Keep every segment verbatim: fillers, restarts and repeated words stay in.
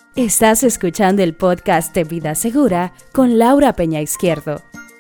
Estás escuchando el podcast de Vida Segura con Laura Peña Izquierdo.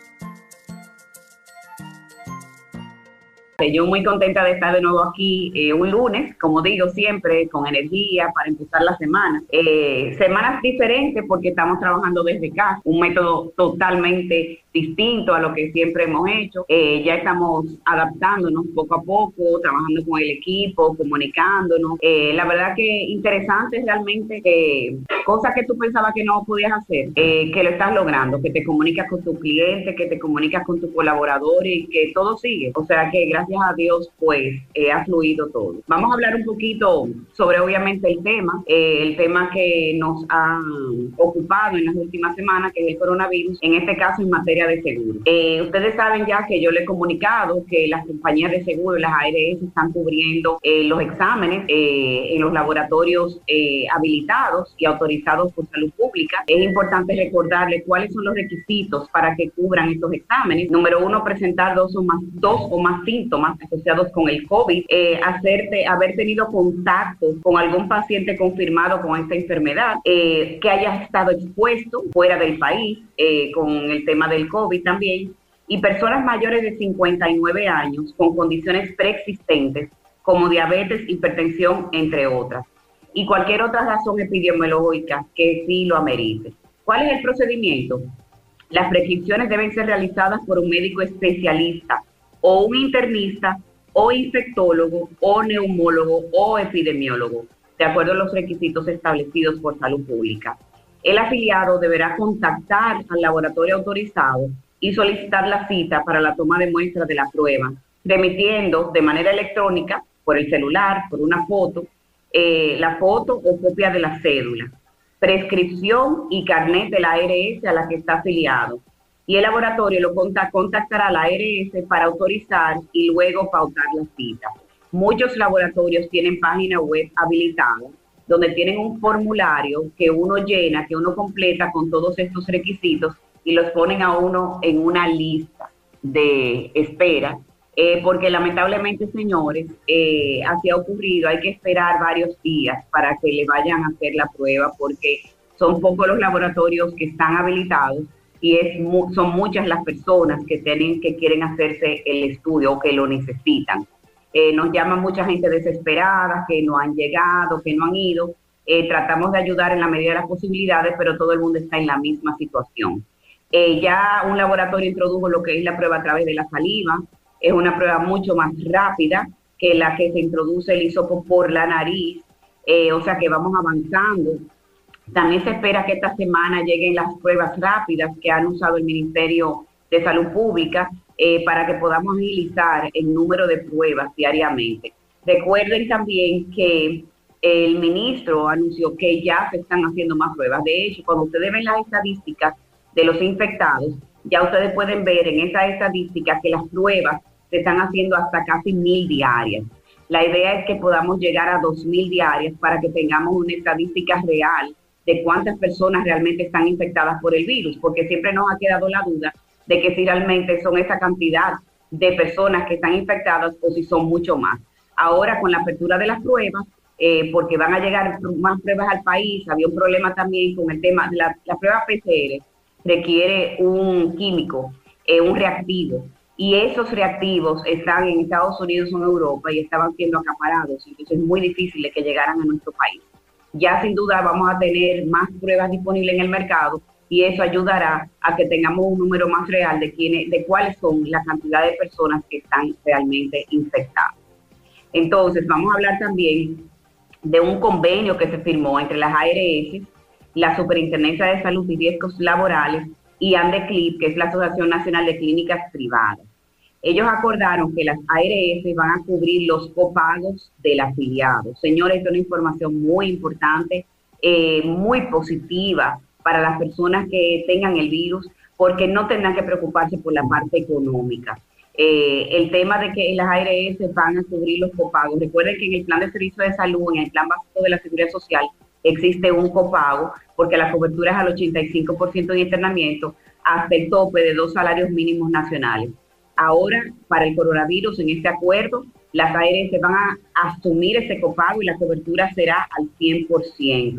Yo muy contenta de estar de nuevo aquí eh, un lunes, como digo siempre, con energía para empezar la semana. Eh, semanas diferentes porque estamos trabajando desde casa, un método totalmente distinto a lo que siempre hemos hecho. Eh, ya estamos adaptándonos poco a poco, trabajando con el equipo, comunicándonos. Eh, la verdad que interesante realmente, eh, cosas que tú pensabas que no podías hacer, eh, que lo estás logrando, que te comunicas con tus clientes, que te comunicas con tus colaboradores y que todo sigue. O sea que gracias a Dios, pues, eh, ha fluido todo. Vamos a hablar un poquito sobre, obviamente, el tema, eh, el tema que nos ha ocupado en las últimas semanas, que es el coronavirus, en este caso en materia de seguro. Eh, ustedes saben ya que yo les he comunicado que las compañías de seguro y las A R S están cubriendo eh, los exámenes eh, en los laboratorios eh, habilitados y autorizados por salud pública. Es importante recordarles cuáles son los requisitos para que cubran estos exámenes. Número uno, presentar dos o más, dos o más síntomas asociados con el COVID, eh, hacerte, haber tenido contacto con algún paciente confirmado con esta enfermedad, eh, que haya estado expuesto fuera del país eh, con el tema del COVID también, y personas mayores de cincuenta y nueve años con condiciones preexistentes como diabetes, hipertensión, entre otras, y cualquier otra razón epidemiológica que sí lo amerite. ¿Cuál es el procedimiento? Las prescripciones deben ser realizadas por un médico especialista o un internista, o infectólogo, o neumólogo, o epidemiólogo, de acuerdo a los requisitos establecidos por salud pública. El afiliado deberá contactar al laboratorio autorizado y solicitar la cita para la toma de muestras de la prueba, remitiendo de manera electrónica, por el celular, por una foto, eh, la foto o copia de la cédula, prescripción y carnet de la A R S a la que está afiliado. Y el laboratorio lo contactará a la A R S para autorizar y luego pautar la cita. Muchos laboratorios tienen página web habilitada, donde tienen un formulario que uno llena, que uno completa con todos estos requisitos y los ponen a uno en una lista de espera, eh, porque lamentablemente, señores, eh, así ha ocurrido, hay que esperar varios días para que le vayan a hacer la prueba, porque son pocos los laboratorios que están habilitados y es mu son muchas las personas que tienen que quieren hacerse el estudio o que lo necesitan. Eh, nos llama mucha gente desesperada, que no han llegado, que no han ido. Eh, tratamos de ayudar en la medida de las posibilidades, pero todo el mundo está en la misma situación. Eh, ya un laboratorio introdujo lo que es la prueba a través de la saliva. Es una prueba mucho más rápida que la que se introduce el hisopo por la nariz. Eh, o sea que vamos avanzando. También se espera que esta semana lleguen las pruebas rápidas que han usado el Ministerio de Salud Pública eh, para que podamos agilizar el número de pruebas diariamente. Recuerden también que el ministro anunció que ya se están haciendo más pruebas. De hecho, cuando ustedes ven las estadísticas de los infectados, ya ustedes pueden ver en esas estadísticas que las pruebas se están haciendo hasta casi mil diarias. La idea es que podamos llegar a dos mil diarias para que tengamos una estadística real de cuántas personas realmente están infectadas por el virus, porque siempre nos ha quedado la duda de que si realmente son esa cantidad de personas que están infectadas o si son mucho más. Ahora, con la apertura de las pruebas, eh, porque van a llegar más pruebas al país, había un problema también con el tema, la, la prueba P C R requiere un químico, eh, un reactivo, y esos reactivos están en Estados Unidos o en Europa y estaban siendo acaparados, entonces es muy difícil de que llegaran a nuestro país. Ya sin duda vamos a tener más pruebas disponibles en el mercado y eso ayudará a que tengamos un número más real de quiénes, de cuáles son la cantidad de personas que están realmente infectadas. Entonces vamos a hablar también de un convenio que se firmó entre las A R S, la Superintendencia de Salud y Riesgos Laborales y ANDECLIP, que es la Asociación Nacional de Clínicas Privadas. Ellos acordaron que las A R S van a cubrir los copagos del afiliado. Señores, es una información muy importante, eh, muy positiva para las personas que tengan el virus, porque no tendrán que preocuparse por la parte económica. Eh, el tema de que las A R S van a cubrir los copagos. Recuerden que en el plan de servicio de salud, en el plan básico de la seguridad social, existe un copago, porque la cobertura es al ochenta y cinco por ciento de internamiento hasta el tope de dos salarios mínimos nacionales. Ahora, para el coronavirus, en este acuerdo, las A R S van a asumir ese copago y la cobertura será al cien por ciento.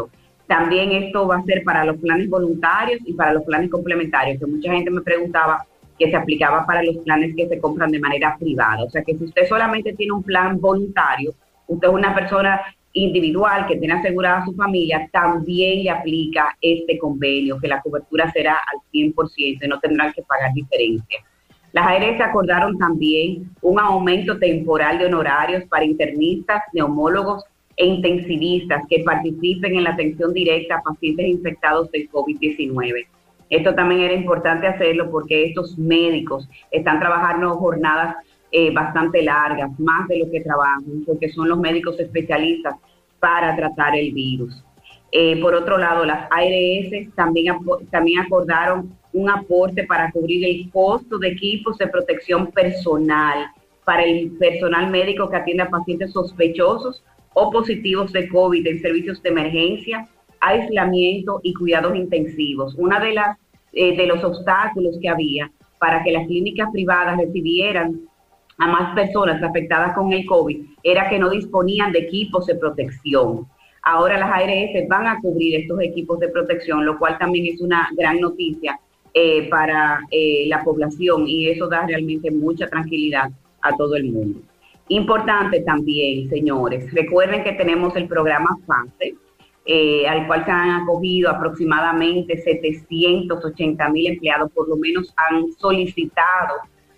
También esto va a ser para los planes voluntarios y para los planes complementarios, que mucha gente me preguntaba que se aplicaba para los planes que se compran de manera privada. O sea que si usted solamente tiene un plan voluntario, usted es una persona individual que tiene asegurada a su familia, también le aplica este convenio, que la cobertura será al cien por ciento y no tendrán que pagar diferencia. Las A R S acordaron también un aumento temporal de honorarios para internistas, neumólogos e intensivistas que participen en la atención directa a pacientes infectados del COVID diecinueve. Esto también era importante hacerlo porque estos médicos están trabajando jornadas eh, bastante largas, más de lo que trabajan, porque son los médicos especialistas para tratar el virus. Eh, por otro lado, las A R S también, también acordaron un aporte para cubrir el costo de equipos de protección personal para el personal médico que atiende a pacientes sospechosos o positivos de COVID en servicios de emergencia, aislamiento y cuidados intensivos. Una de las eh, de los obstáculos que había para que las clínicas privadas recibieran a más personas afectadas con el COVID era que no disponían de equipos de protección. Ahora las A R S van a cubrir estos equipos de protección, lo cual también es una gran noticia eh, para eh, la población, y eso da realmente mucha tranquilidad a todo el mundo. Importante también, señores, recuerden que tenemos el programa FANSE, eh, al cual se han acogido aproximadamente setecientos ochenta mil empleados, por lo menos han solicitado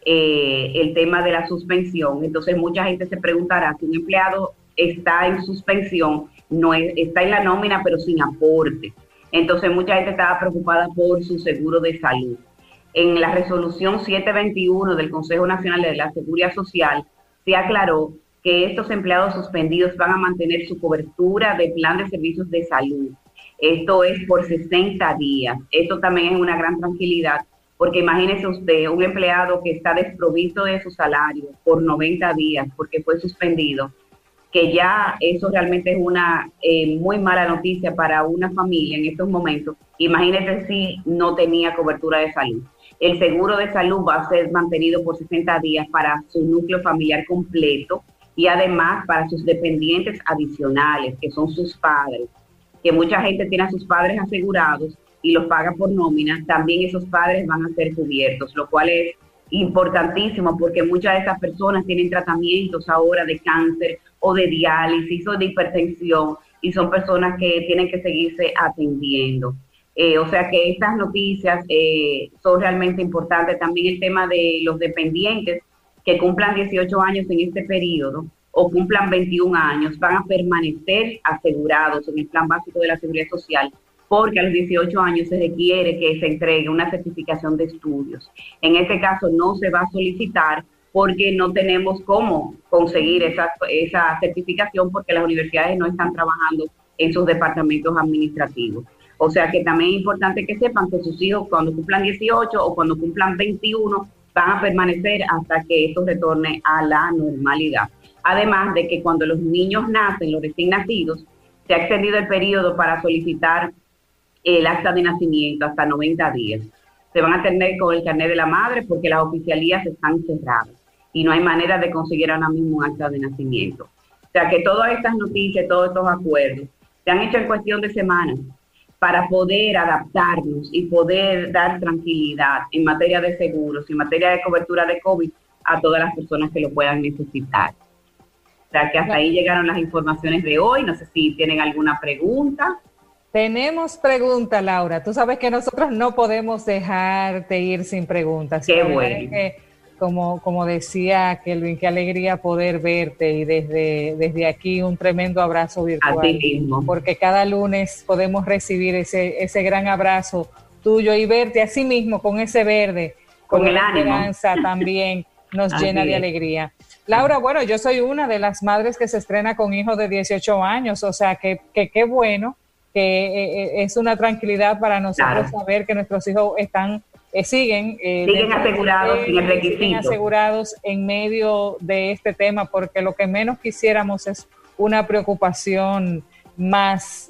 eh, el tema de la suspensión. Entonces mucha gente se preguntará, si un empleado está en suspensión, no es, está en la nómina pero sin aporte. Entonces mucha gente estaba preocupada por su seguro de salud. En la resolución setecientos veintiuno del Consejo Nacional de la Seguridad Social se aclaró que estos empleados suspendidos van a mantener su cobertura de plan de servicios de salud. Esto es por sesenta días. Esto también es una gran tranquilidad, porque imagínese usted, un empleado que está desprovisto de su salario por noventa días porque fue suspendido, que ya eso realmente es una eh, muy mala noticia para una familia en estos momentos. Imagínese si no tenía cobertura de salud. El seguro de salud va a ser mantenido por sesenta días para su núcleo familiar completo y además para sus dependientes adicionales, que son sus padres, que mucha gente tiene a sus padres asegurados y los paga por nómina. También esos padres van a ser cubiertos, lo cual es importantísimo porque muchas de esas personas tienen tratamientos ahora de cáncer o de diálisis o de hipertensión y son personas que tienen que seguirse atendiendo. Eh, o sea que estas noticias eh, son realmente importantes. También el tema de los dependientes que cumplan dieciocho años en este periodo o cumplan veintiún años van a permanecer asegurados en el plan básico de la Seguridad Social, porque a los dieciocho años se requiere que se entregue una certificación de estudios. En este caso no se va a solicitar porque no tenemos cómo conseguir esa, esa certificación porque las universidades no están trabajando en sus departamentos administrativos. O sea que también es importante que sepan que sus hijos cuando cumplan dieciocho o cuando cumplan veintiuno van a permanecer hasta que esto retorne a la normalidad. Además de que cuando los niños nacen, los recién nacidos, se ha extendido el periodo para solicitar el acta de nacimiento hasta noventa días. Se van a tener con el carnet de la madre porque las oficialías están cerradas y no hay manera de conseguir ahora mismo un acta de nacimiento. O sea que todas estas noticias, todos estos acuerdos se han hecho en cuestión de semanas para poder adaptarnos y poder dar tranquilidad en materia de seguros, en materia de cobertura de COVID a todas las personas que lo puedan necesitar. O sea que hasta ahí llegaron las informaciones de hoy. No sé si tienen alguna pregunta. Tenemos pregunta, Laura. Tú sabes que nosotros no podemos dejarte ir sin preguntas. Qué bueno. Que, como, como decía Kelvin, qué alegría poder verte y desde, desde aquí un tremendo abrazo virtual. A ti mismo. Porque cada lunes podemos recibir ese, ese gran abrazo tuyo y verte a sí mismo con ese verde, con, con el la ánimo. Esperanza también nos llena de alegría. Laura, bueno, yo soy una de las madres que se estrena con hijos de dieciocho años, o sea que qué que bueno, que eh, es una tranquilidad para nosotros claro. saber que nuestros hijos están eh, siguen eh, siguen asegurados sin el requisito. Siguen asegurados en medio de este tema, porque lo que menos quisiéramos es una preocupación más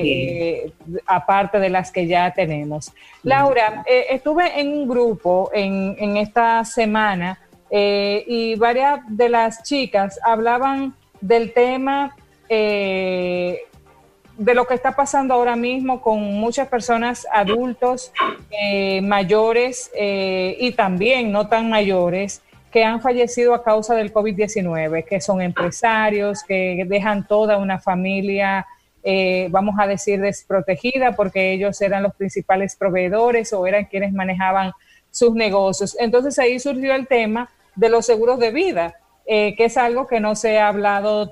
eh, aparte de las que ya tenemos. Laura, eh, estuve en un grupo en, en esta semana eh, y varias de las chicas hablaban del tema eh, de lo que está pasando ahora mismo con muchas personas adultos, eh, mayores eh, y también no tan mayores, que han fallecido a causa del COVID diecinueve, que son empresarios, que dejan toda una familia, eh, vamos a decir, desprotegida, porque ellos eran los principales proveedores o eran quienes manejaban sus negocios. Entonces ahí surgió el tema de los seguros de vida, eh, que es algo que no se ha hablado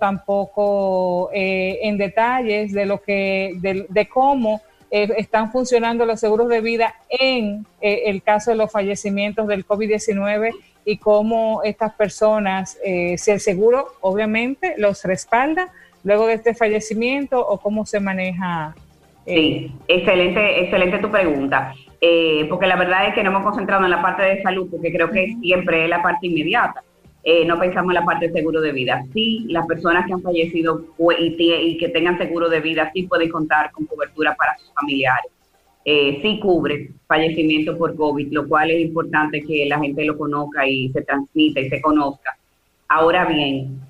tampoco eh, en detalles de lo que, de, de cómo eh, están funcionando los seguros de vida en eh, el caso de los fallecimientos del COVID diecinueve y cómo estas personas, eh, si el seguro obviamente los respalda luego de este fallecimiento o cómo se maneja. Eh. Sí, excelente, excelente tu pregunta, eh, porque la verdad es que no hemos concentrado en la parte de salud, porque creo que siempre es la parte inmediata, eh, no pensamos en la parte de seguro de vida. Sí, las personas que han fallecido y, y que tengan seguro de vida sí pueden contar con cobertura para sus familiares. Eh, sí cubre fallecimiento por COVID, lo cual es importante que la gente lo conozca y se transmita y se conozca. Ahora bien,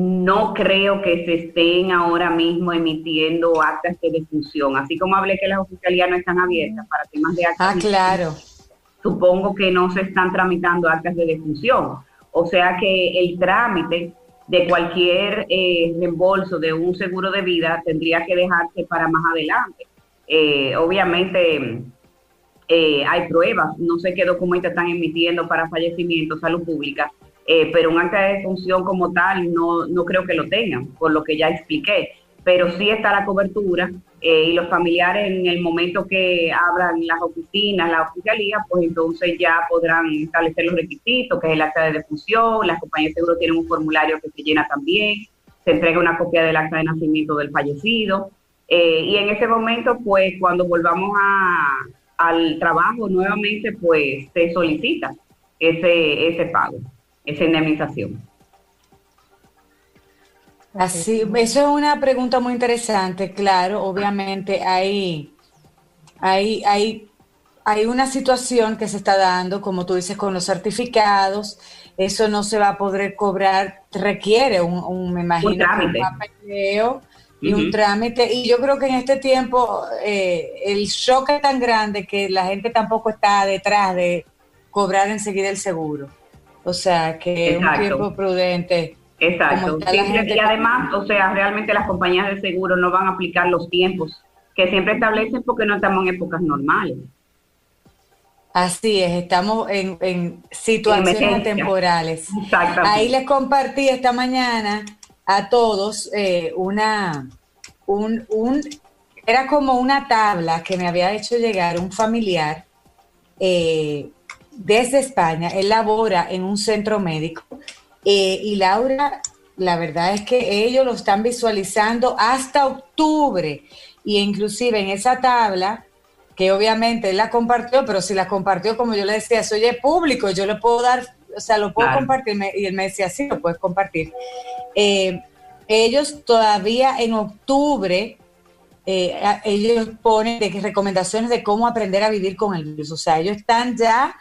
no creo que se estén ahora mismo emitiendo actas de defunción, así como hablé que las oficialías no están abiertas para temas de actas. Ah, claro. Supongo que no se están tramitando actas de defunción, o sea que el trámite de cualquier eh, reembolso de un seguro de vida tendría que dejarse para más adelante. Eh, obviamente eh, hay pruebas, no sé qué documentos están emitiendo para fallecimiento, salud pública, eh, pero un acta de defunción como tal no, no creo que lo tengan, por lo que ya expliqué, pero sí está la cobertura eh, y los familiares en el momento que abran las oficinas, la oficialía, pues entonces ya podrán establecer los requisitos, que es el acta de defunción. Las compañías de seguro tienen un formulario que se llena también, se entrega una copia del acta de nacimiento del fallecido. Eh, y en ese momento, pues, cuando volvamos a, al trabajo nuevamente, pues, se solicita ese, ese pago, esa indemnización. Así, eso es una pregunta muy interesante, claro, obviamente hay, hay, hay, hay una situación que se está dando, como tú dices, con los certificados, eso no se va a poder cobrar, requiere un, un me imagino, un trámite. un papeleo y uh-huh. un trámite, y yo creo que en este tiempo eh, el shock es tan grande que la gente tampoco está detrás de cobrar enseguida el seguro, o sea que es un tiempo prudente. Exacto, sí, y además, o sea, realmente las compañías de seguro no van a aplicar los tiempos que siempre establecen porque no estamos en épocas normales. Así es, estamos en, en situaciones temporales. Exactamente. Ahí les compartí esta mañana a todos eh, una, un, un, era como una tabla que me había hecho llegar un familiar eh, desde España. Él labora en un centro médico. Eh, y Laura, la verdad es que ellos lo están visualizando hasta octubre, y inclusive en esa tabla, que obviamente él la compartió, pero si la compartió, como yo le decía, eso ya es público, yo le puedo dar, o sea, lo puedo claro. compartir, y él me decía, sí, lo puedes compartir. Eh, ellos todavía en octubre, eh, ellos ponen de recomendaciones de cómo aprender a vivir con el virus, o sea, ellos están ya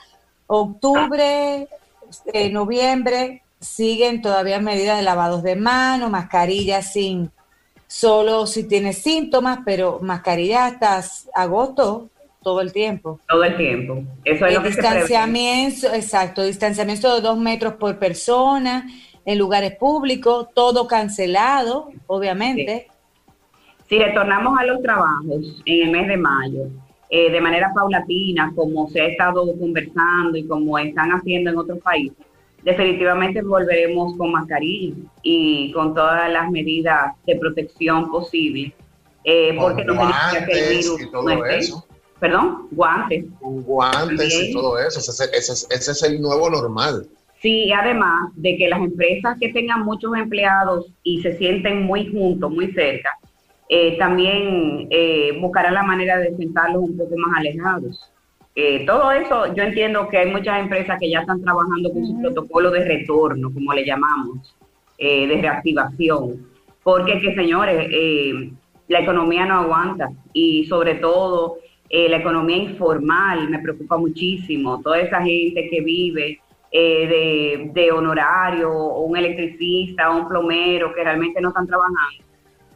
octubre, eh, noviembre, siguen todavía medidas de lavados de manos, mascarillas sin, solo si tienes síntomas, pero mascarilla hasta agosto, todo el tiempo. Todo el tiempo. Eso es el lo que distanciamiento, se prevé. Exacto, distanciamiento de dos metros por persona, en lugares públicos, todo cancelado, obviamente. Sí. Si retornamos a los trabajos en el mes de mayo, eh, de manera paulatina, como se ha estado conversando y como están haciendo en otros países, definitivamente volveremos con mascarilla y con todas las medidas de protección posibles, eh, porque no significa que el virus y todo no esté. Eso. Perdón, guantes. Con guantes también. Y todo eso, ese, ese, ese es el nuevo normal. Sí, además de que las empresas que tengan muchos empleados y se sienten muy juntos, muy cerca, eh, también eh, buscarán la manera de sentarlos un poco más alejados. Eh, todo eso, yo entiendo que hay muchas empresas que ya están trabajando con su protocolo de retorno, como le llamamos, eh, de reactivación, porque que señores, eh, la economía no aguanta, y sobre todo eh, la economía informal me preocupa muchísimo, toda esa gente que vive eh, de, de honorario, o un electricista, o un plomero que realmente no están trabajando.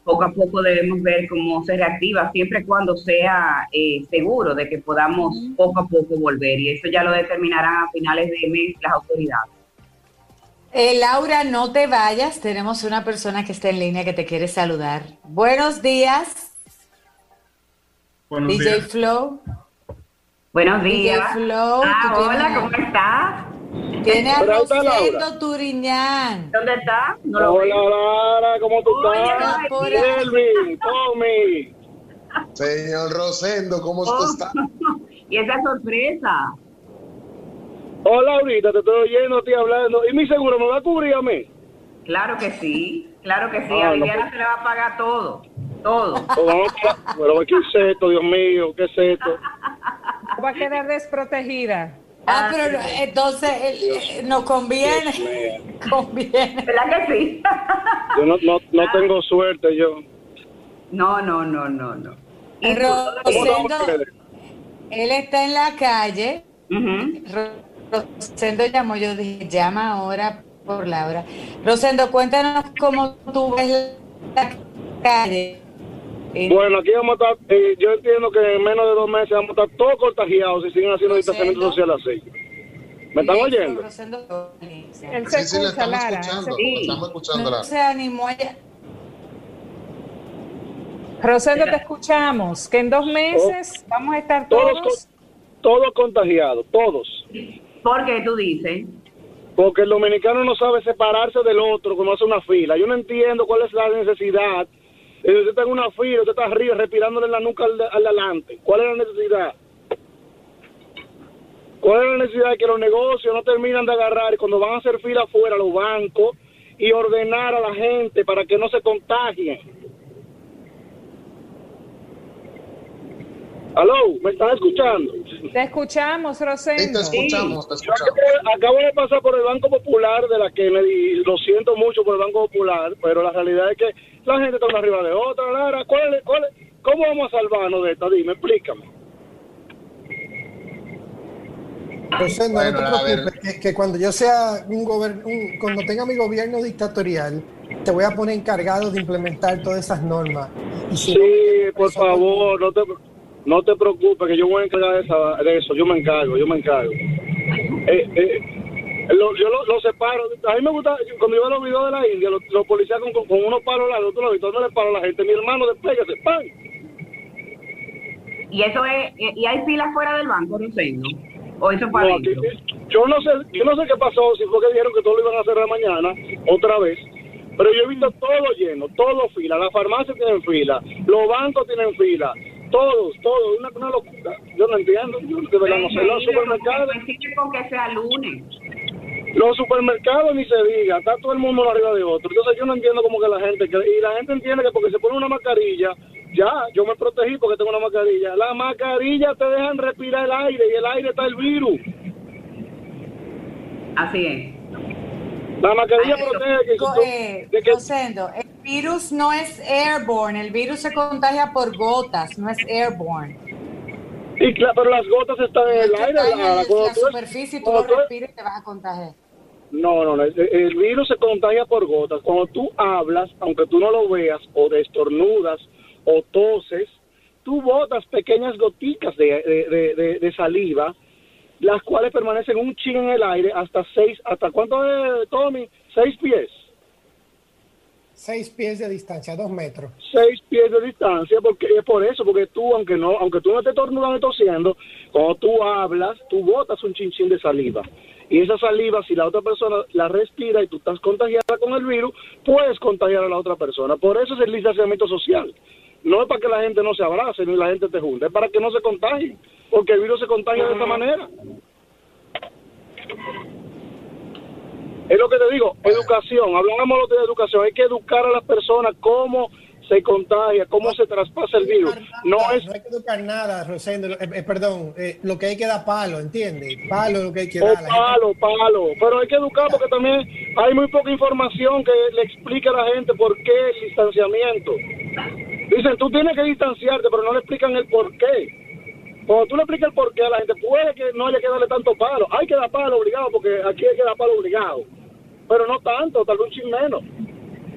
poco a poco debemos ver cómo se reactiva, siempre y cuando sea eh, seguro de que podamos poco a poco volver, y eso ya lo determinarán a finales de mes las autoridades. Eh, Laura, no te vayas, tenemos una persona que está en línea que te quiere saludar. Buenos días. Buenos D J días. Flow. Buenos días. D J Flow. Ah, ¿tú hola, tienes- ¿cómo estás? Tiene a Pero ahí está Rosendo Laura. Turiñán. ¿Dónde estás? No lo Hola, veo. Lara, ¿cómo tú Oye, estás? no, por Kelvin, Tommy. Señor Rosendo, ¿cómo Oh, usted está? y esa sorpresa. Hola, ahorita te estoy oyendo, estoy hablando. ¿Y mi seguro me va a cubrir a mí? Claro que sí, claro que sí. Ah, A no, Viviana pues. se le va a pagar todo, todo. Pues vamos a- Pero ¿qué es esto, Dios mío? ¿Qué es esto? Va a quedar desprotegida. Ah, pero no, entonces eh, eh, nos conviene. Dios mío. Conviene. ¿Verdad que sí? Yo no, no, no tengo suerte, yo. No, no, no, no, no. ¿Y tú? Rosendo, él está en la calle. Ujú. Rosendo llamó, yo dije, llama ahora por Laura. Rosendo, cuéntanos cómo tú ves la calle. Eh, Bueno, aquí vamos a estar, eh, yo entiendo que en menos de dos meses vamos a estar todos contagiados si siguen haciendo distanciamiento social así. ¿Me están oyendo? Rosendo, Él se Sí, sí, le escucha, estamos Lara. escuchando. se- Le estamos escuchando, no Lara. se animó ella. Rosendo, te escuchamos. Que en dos meses vamos a estar Todos, todos. con- todos contagiados, todos. ¿Por qué tú dices? Porque el dominicano no sabe separarse del otro cuando hace una fila. Yo no entiendo cuál es la necesidad. Eh, Usted está en una fila, usted está arriba respirándole en la nuca al, de- al de adelante. ¿Cuál es la necesidad? ¿Cuál es la necesidad de que los negocios no terminan de agarrar y cuando van a hacer fila afuera los bancos y ordenar a la gente para que no se contagien? ¿Aló? ¿Me están escuchando? Te escuchamos, Sí, Rosendo. te escuchamos, te Yo escuchamos. acabo, acabo de pasar por el Banco Popular de la Kennedy, lo siento mucho por el Banco Popular, pero la realidad es que la gente está una arriba de otra, Lara. ¿Cuál es, cuál es- ¿Cómo vamos a salvarnos de esta? Dime, explícame. Rosendo, Bueno, no a te ver. preocupes, que, que cuando yo sea un gobierno, cuando tenga mi gobierno dictatorial, te voy a poner encargado de implementar todas esas normas. Y si Sí, no, por eso- favor, no te, no te preocupes, que yo voy a encargar de, esa- de eso, yo me encargo, yo me encargo. Eh, eh, lo- yo lo, lo separo, a mí me gusta, cuando yo veo los videos de la India, los, los policías con, con, con unos palos largos, tú lo has visto, no le paro a la gente, mi hermano, despégase, ¡pam! Y eso es, y hay filas fuera del banco, Rosendo. O eso para No, adentro. que- yo no sé, yo no sé qué pasó, si fue que dijeron que todo lo iban a hacer de mañana, otra vez, pero yo he visto todo lleno, todo fila, las farmacias tienen fila, los bancos tienen fila, todos, todos, una, una locura. Yo no entiendo, yo de verdad no sé, los supermercados, Coincide con que sea lunes. los supermercados ni se diga, está todo el mundo uno arriba de otro. Entonces yo no entiendo como que la gente, que, y la gente entiende que porque se pone una mascarilla, ya, yo me protegí porque tengo una mascarilla. La mascarilla te dejan respirar el aire y el aire está el virus. Así es. La mascarilla Ay, protege que, Co- tú- eh, de que Rosendo, el virus no es airborne, el virus se contagia por gotas, no es airborne. y cla- pero las gotas están en el No es que aire. está en Lara, el- cuando la tú- superficie y tú lo cuando tú- respiras y te vas a contagiar. No, no, no. El, el virus se contagia por gotas. Cuando tú hablas, aunque tú no lo veas, o destornudas, o toses, tú botas pequeñas goticas de, de, de, de- de saliva, las cuales permanecen un chin en el aire hasta seis, ¿hasta cuánto es, Tommy? Seis pies. Seis pies de distancia, dos metros. Seis pies de distancia, porque es por eso, porque tú, aunque no, aunque tú no estés estornudando y tosiendo, cuando tú hablas, tú botas un chinchín de saliva. Y esa saliva, si la otra persona la respira y tú estás contagiada con el virus, puedes contagiar a la otra persona. Por eso es el distanciamiento social. No es para que la gente no se abrace ni la gente te junte, es para que no se contagien, porque el virus se contagia de esta manera. Es lo que te digo, educación, hablábamos de educación, hay que educar a las personas cómo se contagia, cómo se traspasa el virus. No es No hay que educar nada, Rosendo. Eh, eh, perdón, eh, lo que hay que dar palo, ¿entiendes? Palo es lo que hay que o dar. La gente- palo, palo, pero hay que educar porque también hay muy poca información que le explique a la gente por qué el distanciamiento. Dicen, tú tienes que distanciarte, pero no le explican el por qué. Cuando tú le explicas el por qué a la gente, puede que no haya que darle tanto palo. Hay que dar palo obligado, porque aquí hay que dar palo obligado. Pero no tanto, tal vez un chin menos.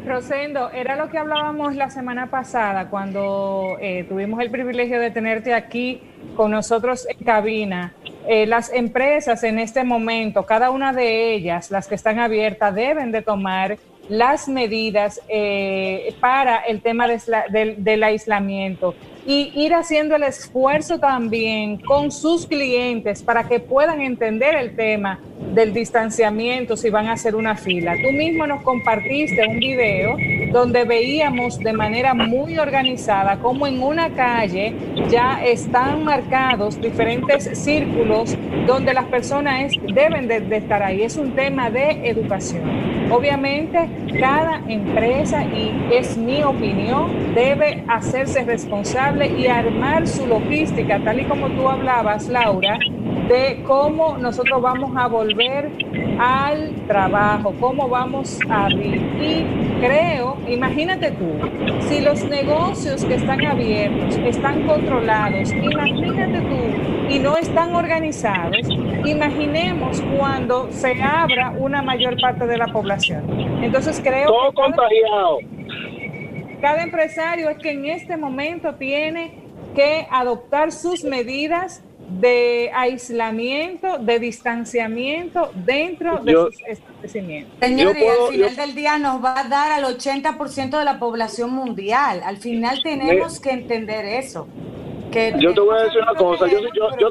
Rosendo, era lo que hablábamos la semana pasada cuando eh, tuvimos el privilegio de tenerte aquí con nosotros en cabina. Eh, las empresas en este momento, cada una de ellas, las que están abiertas, deben de tomar las medidas eh, para el tema de, del, del aislamiento y ir haciendo el esfuerzo también con sus clientes para que puedan entender el tema del distanciamiento si van a hacer una fila. Tú mismo nos compartiste un video donde veíamos de manera muy organizada cómo en una calle ya están marcados diferentes círculos donde las personas deben de, de estar ahí. Es un tema de educación. Obviamente, cada empresa, y es mi opinión, debe hacerse responsable y armar su logística, tal y como tú hablabas, Laura, de cómo nosotros vamos a volver al trabajo, cómo vamos a abrir. Y creo, imagínate tú, si los negocios que están abiertos están controlados, imagínate tú, y no están organizados, imaginemos cuando se abra una mayor parte de la población. Entonces creo todo que cada, contagiado. Cada empresario es que en este momento tiene que adoptar sus medidas de aislamiento, de distanciamiento dentro de yo, sus establecimientos. Señores, puedo, al final yo, del día nos va a dar al ochenta por ciento de la población mundial. Al final tenemos me, que entender eso. Que yo te voy a decir una cosa. Yo, yo, yo,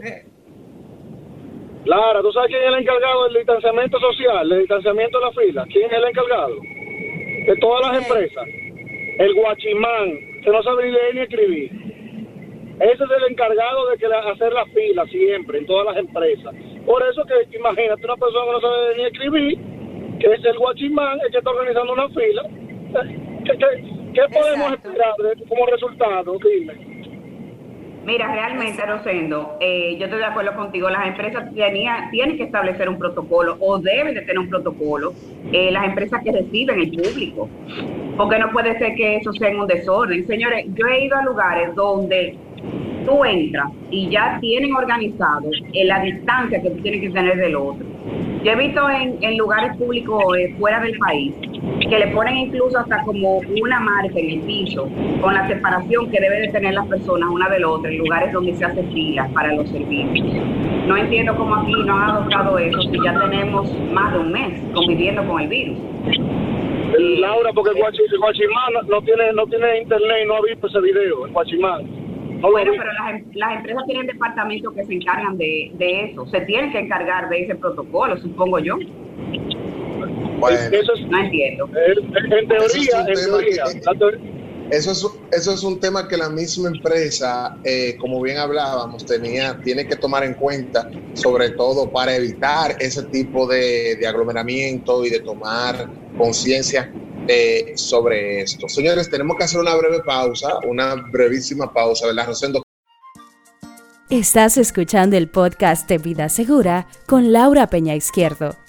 Lara, ¿tú sabes quién es el encargado del distanciamiento social, del distanciamiento de la fila? ¿Quién es el encargado? De todas las sí. empresas. El guachimán, que no sabe ni leer ni escribir. Ese es el encargado de que la, hacer la fila siempre, en todas las empresas. Por eso que, imagínate, una persona que no sabe ni escribir, que es el guachimán, el que está organizando una fila. ¿Qué, qué, qué podemos esperar de, como resultado? Dime. Mira, realmente, Rosendo, eh, yo estoy de acuerdo contigo. Las empresas tenía, tienen que establecer un protocolo o deben de tener un protocolo, eh, las empresas que reciben el público, porque no puede ser que eso sea en un desorden. Señores, yo he ido a lugares donde tú entras y ya tienen organizado en la distancia que tú tienes que tener del otro. Yo he visto en, en lugares públicos eh, fuera del país que le ponen incluso hasta como una marca en el piso con la separación que deben de tener las personas una del otro en lugares donde se hace filas para los servicios. No entiendo cómo aquí no han adoptado eso si ya tenemos más de un mes conviviendo con el virus. Eh, Laura, porque el Guachimán no, no tiene no tiene internet y no ha visto ese video, el Guachimán. No bueno, pero las, las empresas tienen departamentos que se encargan de, de eso. Se tienen que encargar de ese protocolo, supongo yo. Bueno, eso es, no entiendo. En, en teoría, en teoría, que, la teoría. Eso es, eso es un tema que la misma empresa, eh, como bien hablábamos, tenía, tiene que tomar en cuenta, sobre todo para evitar ese tipo de, de aglomeramiento y de tomar conciencia Eh, sobre esto. Señores, tenemos que hacer una breve pausa, una brevísima pausa, ¿verdad, Rosendo? Estás escuchando el podcast de Vida Segura con Laura Peña Izquierdo.